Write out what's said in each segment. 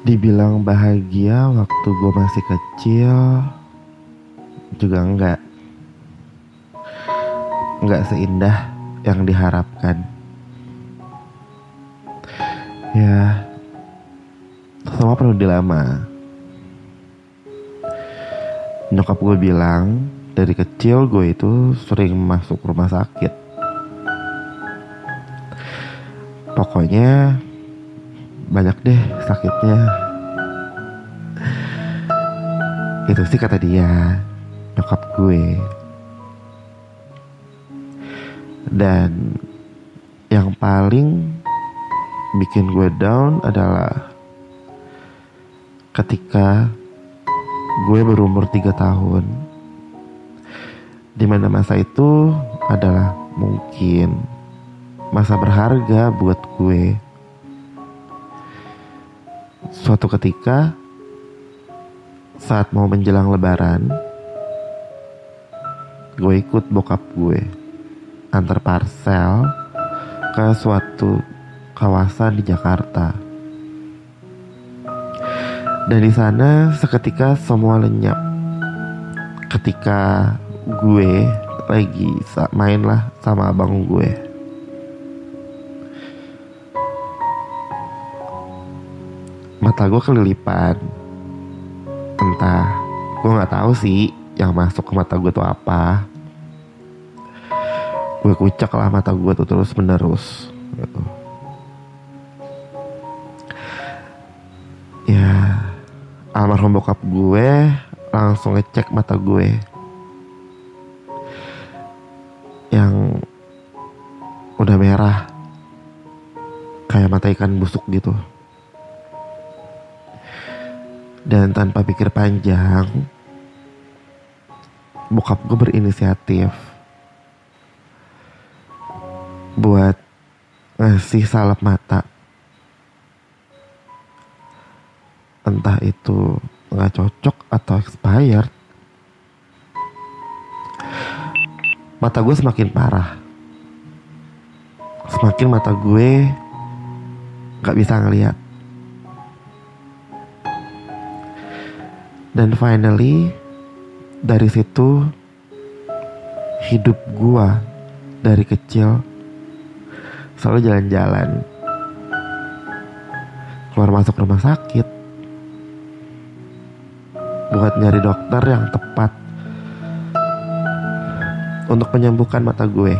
Dibilang bahagia waktu gue masih kecil juga enggak seindah yang diharapkan. Ya, semua perlu dilema. Nyokap gue bilang dari kecil gue itu sering masuk rumah sakit. Pokoknya banyak deh sakitnya. Itu sih kata dia, nyokap gue. Dan yang paling bikin gue down adalah ketika gue berumur 3 tahun, dimana masa itu adalah mungkin masa berharga buat gue. Suatu ketika saat mau menjelang lebaran, gue ikut bokap gue antar parcel ke suatu kawasan di Jakarta. Dan di sana seketika semua lenyap ketika gue lagi main lah sama abang gue. Mata gue kelilipan. Entah, gue nggak tahu sih yang masuk ke mata gue tuh apa. Gue kucek lah mata gue tuh terus menerus gitu. Ya, almarhum bokap gue langsung ngecek mata gue yang udah merah kayak mata ikan busuk gitu. Dan tanpa pikir panjang, bokap gue berinisiatif buat ngasih salep mata. Entah itu gak cocok atau expired. Mata gue semakin parah. Semakin mata gue gak bisa ngeliat. Dan finally dari situ hidup gue dari kecil selalu jalan-jalan, keluar masuk rumah sakit buat nyari dokter yang tepat untuk menyembuhkan mata gue.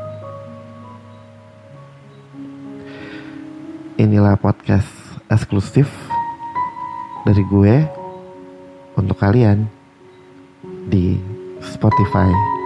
Inilah podcast eksklusif dari gue untuk kalian di Spotify.